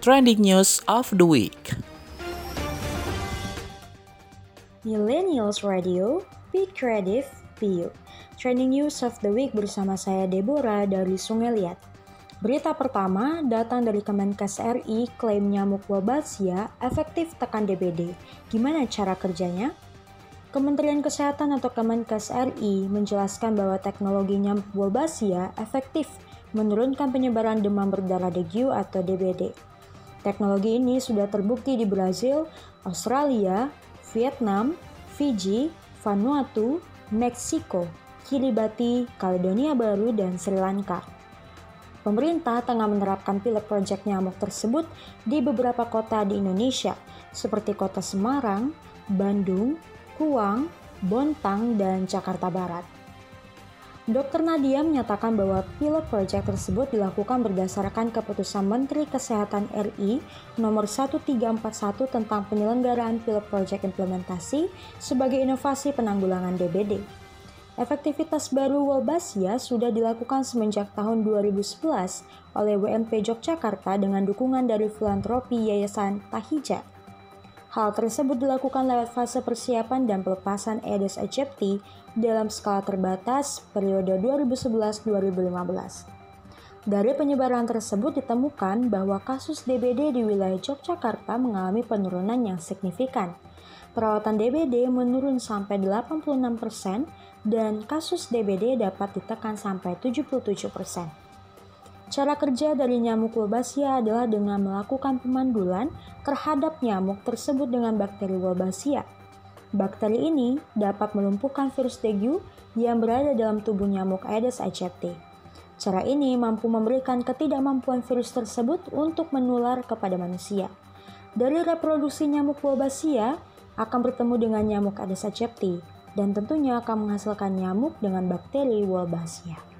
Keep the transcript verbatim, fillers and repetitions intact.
Trending News of the Week. Millennials Radio, Be Creative, Be You. Trending News of the Week bersama saya Deborah dari Sungai Liat. Berita pertama datang dari Kemenkes R I, klaim nyamuk Wolbachia efektif tekan D B D. Gimana cara kerjanya? Kementerian Kesehatan atau Kemenkes R I menjelaskan bahwa teknologi nyamuk Wolbachia efektif menurunkan penyebaran demam berdarah dengue atau D B D. Teknologi ini sudah terbukti di Brazil, Australia, Vietnam, Fiji, Vanuatu, Meksiko, Kiribati, Kaledonia Baru, dan Sri Lanka. Pemerintah tengah menerapkan pilot proyek nyamuk tersebut di beberapa kota di Indonesia, seperti kota Semarang, Bandung, Kuang, Bontang, dan Jakarta Barat. dokter Nadia menyatakan bahwa pilot proyek tersebut dilakukan berdasarkan keputusan Menteri Kesehatan R I nomor seribu tiga ratus empat puluh satu tentang penyelenggaraan pilot proyek implementasi sebagai inovasi penanggulangan D B D. Efektivitas baru Wolbachia sudah dilakukan semenjak tahun dua ribu sebelas oleh W M P Yogyakarta dengan dukungan dari filantropi Yayasan Tahija. Hal tersebut dilakukan lewat fase persiapan dan pelepasan Aedes aegypti dalam skala terbatas periode dua ribu sebelas sampai dua ribu lima belas. Dari penyebaran tersebut ditemukan bahwa kasus D B D di wilayah Yogyakarta mengalami penurunan yang signifikan. Perawatan D B D menurun sampai delapan puluh enam persen dan kasus D B D dapat ditekan sampai tujuh puluh tujuh persen. Cara kerja dari nyamuk Wolbachia adalah dengan melakukan pemandulan terhadap nyamuk tersebut dengan bakteri Wolbachia. Bakteri ini dapat melumpuhkan virus dengue yang berada dalam tubuh nyamuk Aedes aegypti. Cara ini mampu memberikan ketidakmampuan virus tersebut untuk menular kepada manusia. Dari reproduksi nyamuk Wolbachia akan bertemu dengan nyamuk Aedes aegypti dan tentunya akan menghasilkan nyamuk dengan bakteri Wolbachia.